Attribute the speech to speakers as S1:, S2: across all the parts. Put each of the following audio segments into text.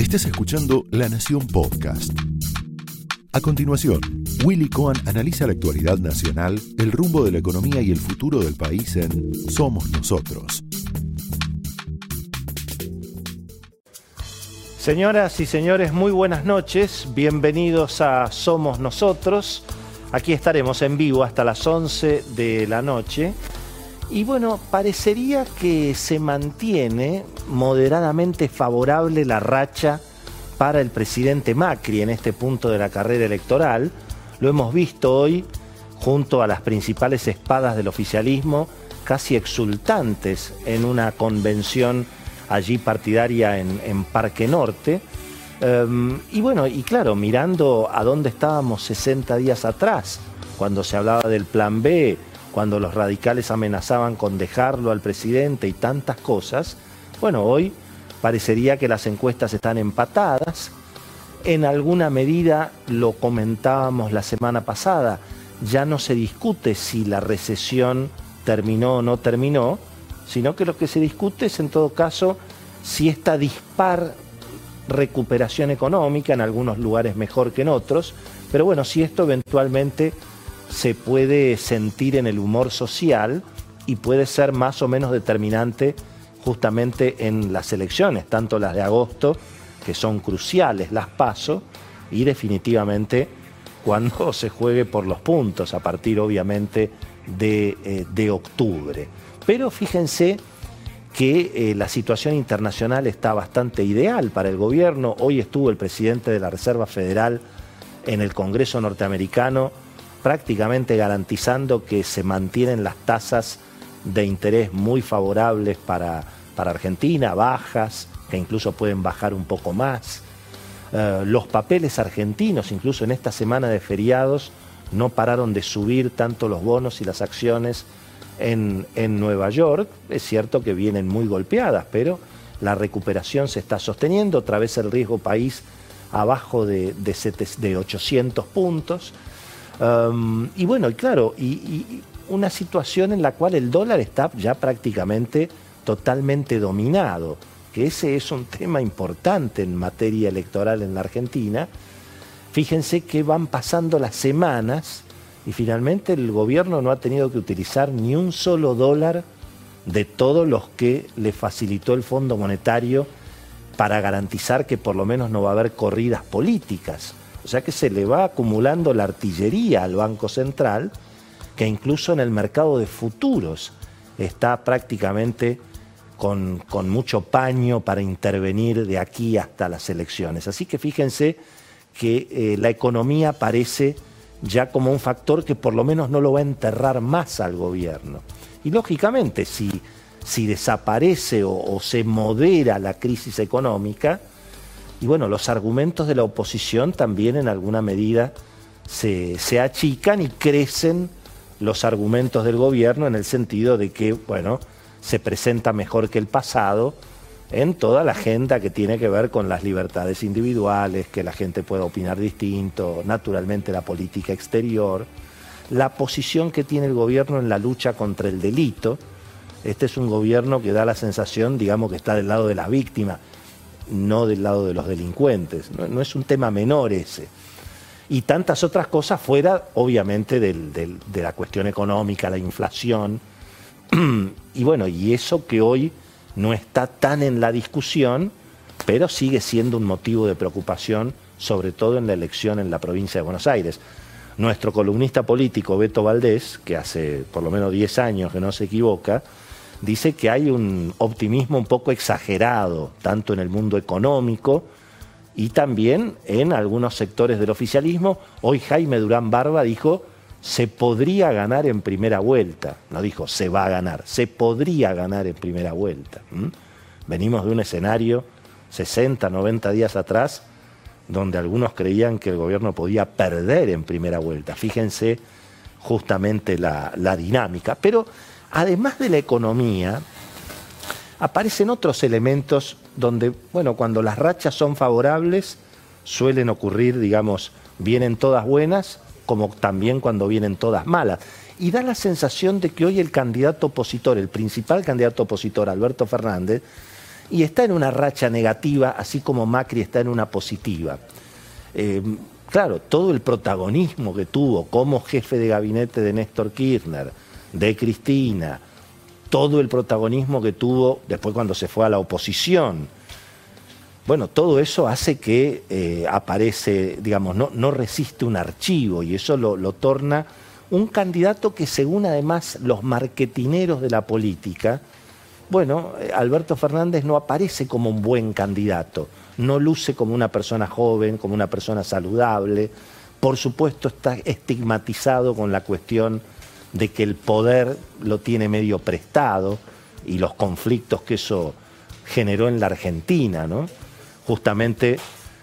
S1: Estás escuchando La Nación Podcast. A continuación, Willy Cohen analiza la actualidad nacional, el rumbo de la economía y el futuro del país en Somos Nosotros.
S2: Señoras y señores, muy buenas noches. Bienvenidos a Somos Nosotros. Aquí estaremos en vivo hasta las 11 de la noche. Y bueno, parecería que se mantiene moderadamente favorable la racha para el presidente Macri en este punto de la carrera electoral. Lo hemos visto hoy junto a las principales espadas del oficialismo, casi exultantes en una convención allí partidaria en Parque Norte. Y bueno, y claro, mirando a dónde estábamos 60 días atrás, cuando se hablaba del plan B, cuando los radicales amenazaban con dejarlo al presidente y tantas cosas, bueno, hoy parecería que las encuestas están empatadas. En alguna medida, lo comentábamos la semana pasada, ya no se discute si la recesión terminó o no terminó, sino que lo que se discute es en todo caso si esta dispar recuperación económica, en algunos lugares mejor que en otros, pero bueno, si esto eventualmente se puede sentir en el humor social y puede ser más o menos determinante justamente en las elecciones, tanto las de agosto, que son cruciales, las PASO, y definitivamente cuando se juegue por los puntos, a partir obviamente de octubre. Pero fíjense que la situación internacional está bastante ideal para el gobierno. Hoy estuvo el presidente de la Reserva Federal en el Congreso norteamericano, prácticamente garantizando que se mantienen las tasas de interés muy favorables para Argentina, bajas, que incluso pueden bajar un poco más. Los papeles argentinos, incluso en esta semana de feriados, no pararon de subir tanto los bonos y las acciones en Nueva York. Es cierto que vienen muy golpeadas, pero la recuperación se está sosteniendo. Otra vez el riesgo país abajo de 800 puntos. Y bueno, y claro, y una situación en la cual el dólar está ya prácticamente totalmente dominado, que ese es un tema importante en materia electoral en la Argentina. Fíjense que van pasando las semanas y finalmente el gobierno no ha tenido que utilizar ni un solo dólar de todos los que le facilitó el Fondo Monetario para garantizar que por lo menos no va a haber corridas políticas. O sea que se le va acumulando la artillería al Banco Central, que incluso en el mercado de futuros está prácticamente con mucho paño para intervenir de aquí hasta las elecciones. Así que fíjense que la economía parece ya como un factor que por lo menos no lo va a enterrar más al gobierno. Y lógicamente, si desaparece o se modera la crisis económica, y bueno, los argumentos de la oposición también en alguna medida se achican y crecen los argumentos del gobierno en el sentido de que, bueno, se presenta mejor que el pasado en toda la agenda que tiene que ver con las libertades individuales, que la gente pueda opinar distinto, naturalmente la política exterior, la posición que tiene el gobierno en la lucha contra el delito. Este es un gobierno que da la sensación, digamos, que está del lado de las víctimas, no del lado de los delincuentes. No es un tema menor ese. Y tantas otras cosas fuera, obviamente, de la cuestión económica, la inflación. Y bueno, y eso que hoy no está tan en la discusión, pero sigue siendo un motivo de preocupación, sobre todo en la elección en la provincia de Buenos Aires. Nuestro columnista político, Beto Valdés, que hace por lo menos 10 años que no se equivoca, dice que hay un optimismo un poco exagerado, tanto en el mundo económico y también en algunos sectores del oficialismo. Hoy Jaime Durán Barba dijo, se podría ganar en primera vuelta. No dijo, se va a ganar, se podría ganar en primera vuelta. Venimos de un escenario 60, 90 días atrás, donde algunos creían que el gobierno podía perder en primera vuelta. Fíjense justamente la dinámica. Pero además de la economía, aparecen otros elementos donde, bueno, cuando las rachas son favorables, suelen ocurrir, digamos, vienen todas buenas, como también cuando vienen todas malas. Y da la sensación de que hoy el candidato opositor, el principal candidato opositor, Alberto Fernández, y está en una racha negativa, así como Macri está en una positiva. Claro, todo el protagonismo que tuvo como jefe de gabinete de Néstor Kirchner, de Cristina, todo el protagonismo que tuvo después cuando se fue a la oposición. Bueno, todo eso hace que aparece, digamos, no resiste un archivo, y eso lo torna un candidato que, según además los marketineros de la política, bueno, Alberto Fernández no aparece como un buen candidato, no luce como una persona joven, como una persona saludable. Por supuesto está estigmatizado con la cuestión de que el poder lo tiene medio prestado y los conflictos que eso generó en la Argentina, ¿no? Justamente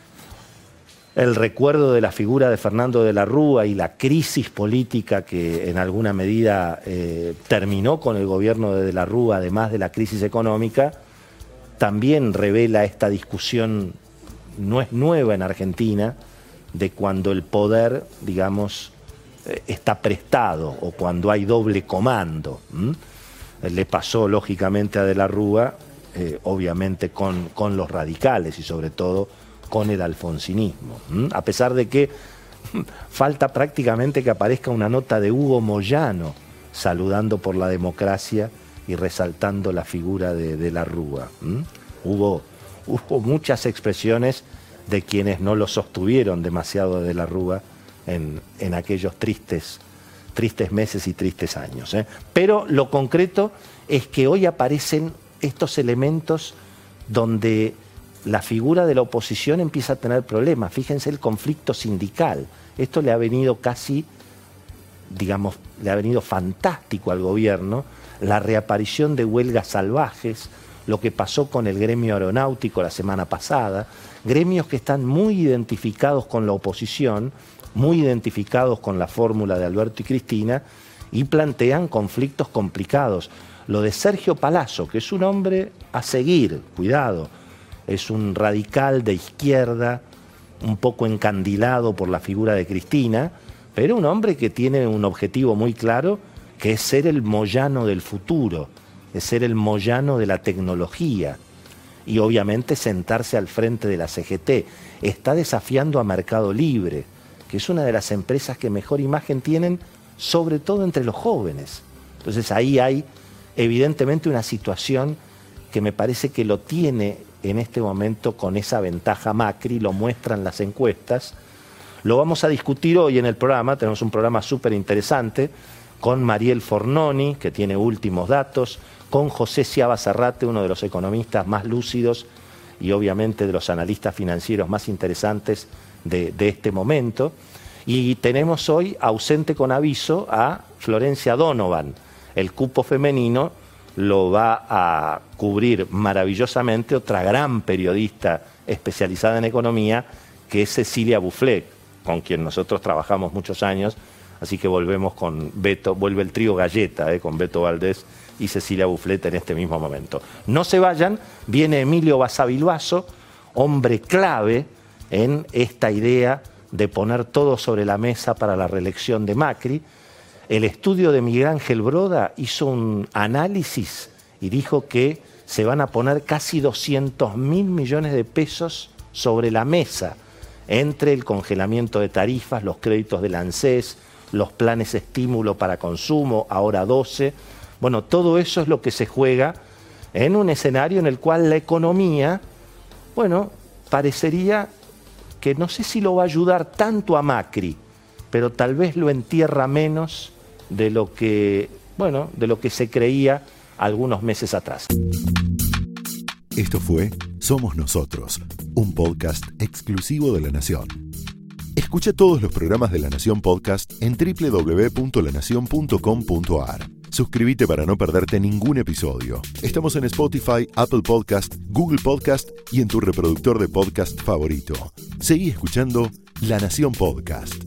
S2: el recuerdo de la figura de Fernando de la Rúa y la crisis política que en alguna medida terminó con el gobierno de la Rúa, además de la crisis económica, también revela esta discusión, no es nueva en Argentina, de cuando el poder, digamos, está prestado o cuando hay doble comando. Le pasó lógicamente a de la Rúa, obviamente con los radicales y sobre todo con el alfonsinismo. A pesar de que falta prácticamente que aparezca una nota de Hugo Moyano saludando por la democracia y resaltando la figura de la Rúa. Hubo muchas expresiones de quienes no lo sostuvieron demasiado de la Rúa en aquellos tristes meses y tristes años. Pero lo concreto es que hoy aparecen estos elementos donde la figura de la oposición empieza a tener problemas. Fíjense el conflicto sindical. Esto le ha venido casi, digamos, le ha venido fantástico al gobierno. La reaparición de huelgas salvajes, lo que pasó con el gremio aeronáutico la semana pasada, gremios que están muy identificados con la oposición, muy identificados con la fórmula de Alberto y Cristina, y plantean conflictos complicados. Lo de Sergio Palazzo, que es un hombre a seguir, cuidado, es un radical de izquierda, un poco encandilado por la figura de Cristina, pero un hombre que tiene un objetivo muy claro, que es ser el Moyano del futuro, es ser el Moyano de la tecnología y obviamente sentarse al frente de la CGT. Está desafiando a Mercado Libre, que es una de las empresas que mejor imagen tienen, sobre todo entre los jóvenes. Entonces ahí hay evidentemente una situación que me parece que lo tiene en este momento con esa ventaja Macri, lo muestran las encuestas. Lo vamos a discutir hoy en el programa, tenemos un programa súper interesante con Mariel Fornoni, que tiene últimos datos, con José Sciaba Zarrate, uno de los economistas más lúcidos y obviamente de los analistas financieros más interesantes de este momento. Y tenemos hoy, ausente con aviso, a Florencia Donovan. El cupo femenino lo va a cubrir maravillosamente otra gran periodista especializada en economía, que es Cecilia Bufflet, con quien nosotros trabajamos muchos años, así que volvemos con Beto, vuelve el trío Galleta, con Beto Valdés y Cecilia Bufflet en este mismo momento. No se vayan, viene Emilio Basavilbaso, hombre clave en esta idea de poner todo sobre la mesa para la reelección de Macri. El estudio de Miguel Ángel Broda hizo un análisis y dijo que se van a poner casi 200.000 millones de pesos sobre la mesa entre el congelamiento de tarifas, los créditos del ANSES, los planes estímulo para consumo, ahora 12. Bueno, todo eso es lo que se juega en un escenario en el cual la economía, bueno, parecería que no sé si lo va a ayudar tanto a Macri, pero tal vez lo entierra menos de lo que, bueno, de lo que se creía algunos meses atrás.
S1: Esto fue Somos Nosotros, un podcast exclusivo de La Nación. Escucha todos los programas de La Nación Podcast en www.lanacion.com.ar. Suscríbete para no perderte ningún episodio. Estamos en Spotify, Apple Podcast, Google Podcast y en tu reproductor de podcast favorito. Seguí escuchando La Nación Podcast.